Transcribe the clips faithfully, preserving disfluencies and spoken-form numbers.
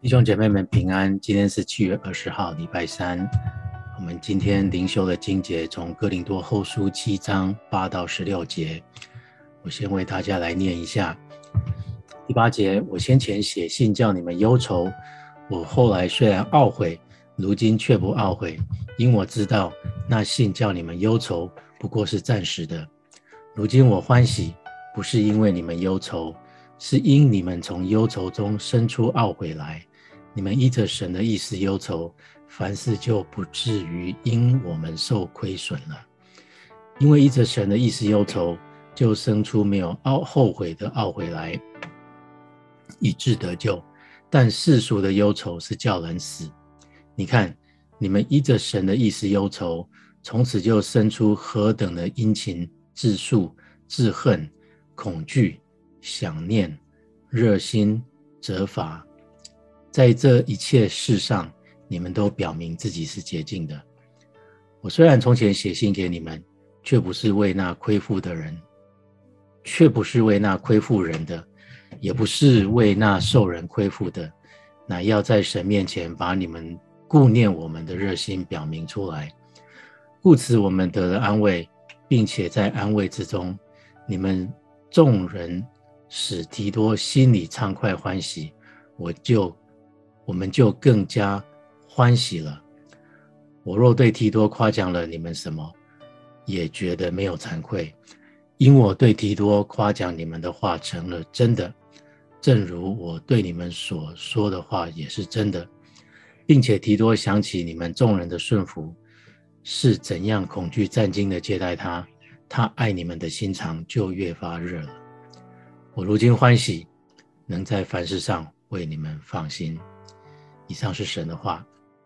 弟兄姐妹们平安，今天是七月二十号，礼拜三。我们今天灵修的经节从哥林多后书七章八到十六节，我先为大家来念一下。第八节，我先前写信叫你们忧愁，我后来虽然懊悔，如今却不懊悔，因我知道那信叫你们忧愁，不过是暂时的。如今我欢喜，不是因为你们忧愁，是因你们从忧愁中生出懊悔来。你们依着神的意思忧愁，凡事就不至于因我们受亏损了。因为依着神的意思忧愁，就生出没有后悔的懊悔来，以致得救。但世俗的忧愁是叫人死。你看，你们依着神的意思忧愁，从此就生出何等的殷勤、自诉、自恨、恐惧、想念、热心、责罚。在这一切事上，你们都表明自己是洁净的。我虽然从前写信给你们，却不是为那亏负的人，却不是为那亏负人的，也不是为那受人亏负的，乃要在神面前把你们顾念我们的热心表明出来。故此我们得了安慰，并且在安慰之中，你们众人使提多心里畅快欢喜，我就我们就更加欢喜了。我若对提多夸奖了你们什么，也觉得没有惭愧，因我对提多夸奖你们的话成了真的，正如我对你们所说的话也是真的，并且提多想起你们众人的顺服，是怎样恐惧战兢的接待他，他爱你们的心肠就越发热了。我如今欢喜，能在凡事上为你们放心。以上是神的话。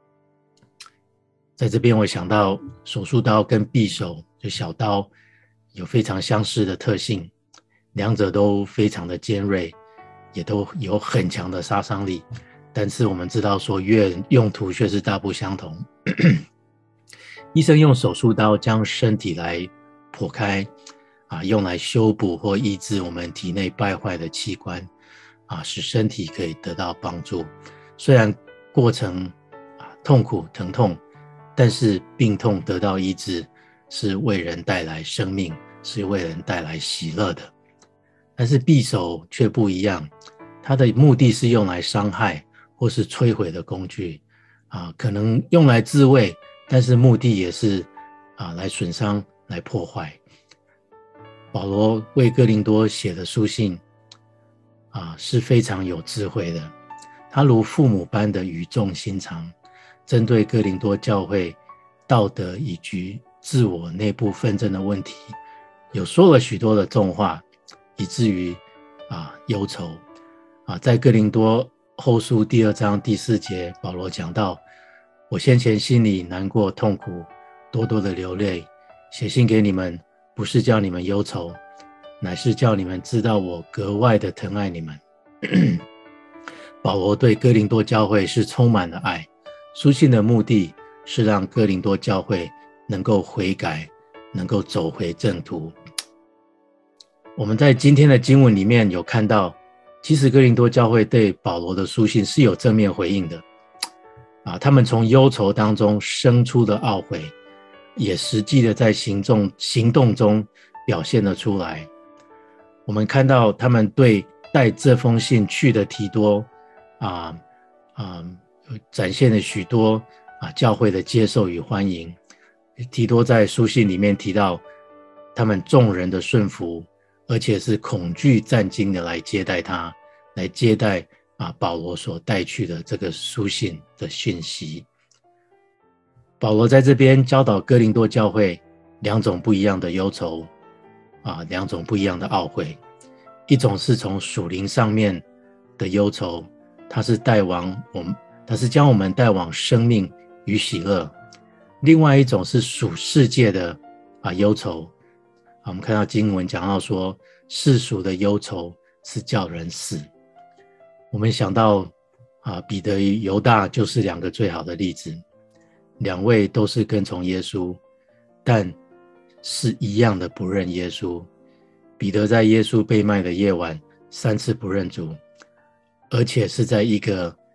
在这边我想到手术刀跟匕首就小刀有非常相似的特性，两者都非常的尖锐，也都有很强的杀伤力，但是我们知道说用途却是大不相同。医生用手术刀将身体来剖开、啊、用来修补或医治我们体内败坏的器官、啊、使身体可以得到帮助。虽然过程、啊、痛苦疼痛，但是病痛得到医治，是为人带来生命，是为人带来喜乐的。但是匕首却不一样，它的目的是用来伤害或是摧毁的工具、啊、可能用来自卫，但是目的也是、啊、来损伤、来破坏。保罗为哥林多写的书信、啊、是非常有智慧的，他如父母般的语重心长，针对哥林多教会道德以及自我内部纷争的问题，有说了许多的重话，以至于啊忧愁啊。在哥林多后书第二章第四节，保罗讲到：我先前心里难过痛苦，多多的流泪，写信给你们，不是叫你们忧愁，乃是叫你们知道我格外的疼爱你们。保罗对哥林多教会是充满了爱，书信的目的是让哥林多教会能够悔改，能够走回正途。我们在今天的经文里面有看到，其实哥林多教会对保罗的书信是有正面回应的、啊、他们从忧愁当中生出的懊悔，也实际的在行动行动中表现了出来。我们看到他们对带这封信去的提多啊啊，展现了许多啊教会的接受与欢迎。提多在书信里面提到，他们众人的顺服，而且是恐惧战兢的来接待他，来接待啊保罗所带去的这个书信的讯息。保罗在这边教导哥林多教会两种不一样的忧愁啊，两种不一样的懊悔。一种是从属灵上面的忧愁，它是带往我们，它是将我们带往生命与喜乐。另外一种是属世界的啊忧愁、啊、我们看到经文讲到说，世俗的忧愁是叫人死。我们想到啊彼得与犹大就是两个最好的例子，两位都是跟从耶稣，但是一样的不认耶稣。彼得在耶稣被卖的夜晚三次不认主，而且是在一个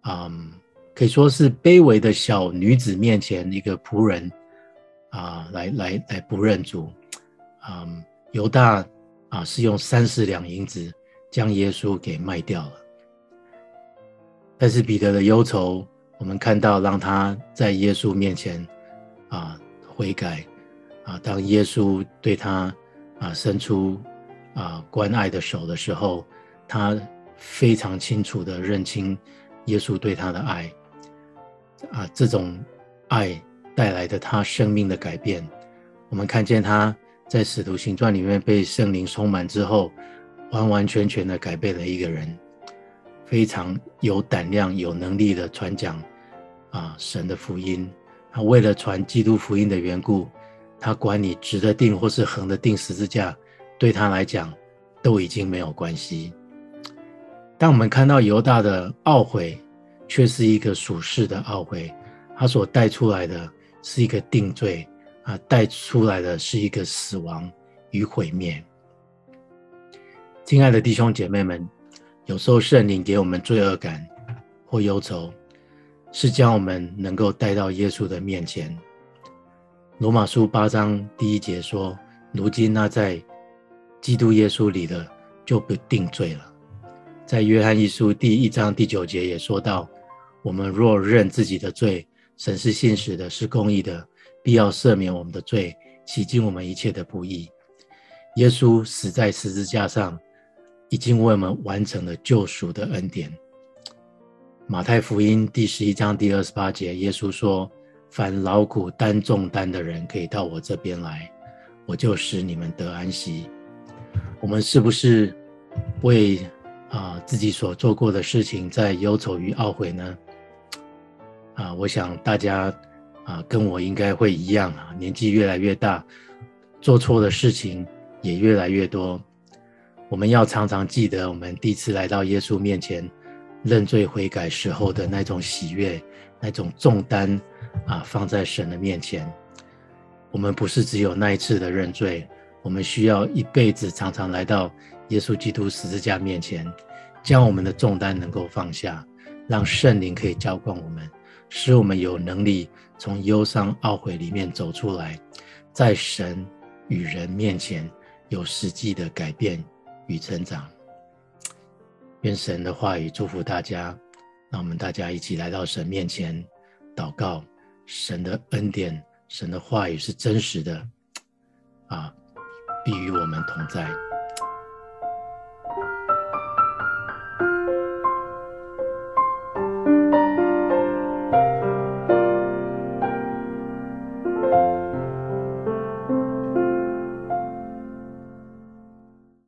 嗯，可以说是卑微的小女子面前一个仆人啊，来来来不认主。嗯，犹大啊是用三十两银子将耶稣给卖掉了。但是彼得的忧愁，我们看到让他在耶稣面前啊悔改啊，当耶稣对他啊伸出啊关爱的手的时候，他非常清楚地认清耶稣对他的爱啊，这种爱带来的他生命的改变。我们看见他在使徒行传里面被圣灵充满之后，完完全全的改变了一个人，非常有胆量有能力的传讲啊神的福音。他为了传基督福音的缘故，他管你直的钉或是横的钉十字架，对他来讲都已经没有关系。当我们看到犹大的懊悔，却是一个属世的懊悔，他所带出来的是一个定罪啊，带出来的是一个死亡与毁灭。亲爱的弟兄姐妹们，有时候圣灵给我们罪恶感或忧愁，是将我们能够带到耶稣的面前。罗马书八章第一节说，如今那在基督耶稣里的就不定罪了。在约翰一书第一章第九节也说到，我们若认自己的罪，神是信实的，是公义的，必要赦免我们的罪，洗净我们一切的不义。耶稣死在十字架上，已经为我们完成了救赎的恩典。马太福音第十一章第二十八节，耶稣说，凡劳苦担重担的人可以到我这边来，我就使你们得安息。我们是不是为啊、自己所做过的事情在忧愁与懊悔呢？啊，我想大家啊跟我应该会一样啊，年纪越来越大，做错的事情也越来越多。我们要常常记得我们第一次来到耶稣面前认罪悔改时候的那种喜悦，那种重担啊放在神的面前。我们不是只有那一次的认罪，我们需要一辈子常常来到耶稣基督十字架面前，将我们的重担能够放下，让圣灵可以浇灌我们，使我们有能力从忧伤懊悔里面走出来，在神与人面前有实际的改变与成长。愿神的话语祝福大家，让我们大家一起来到神面前祷告，神的恩典，神的话语是真实的啊，必与我们同在。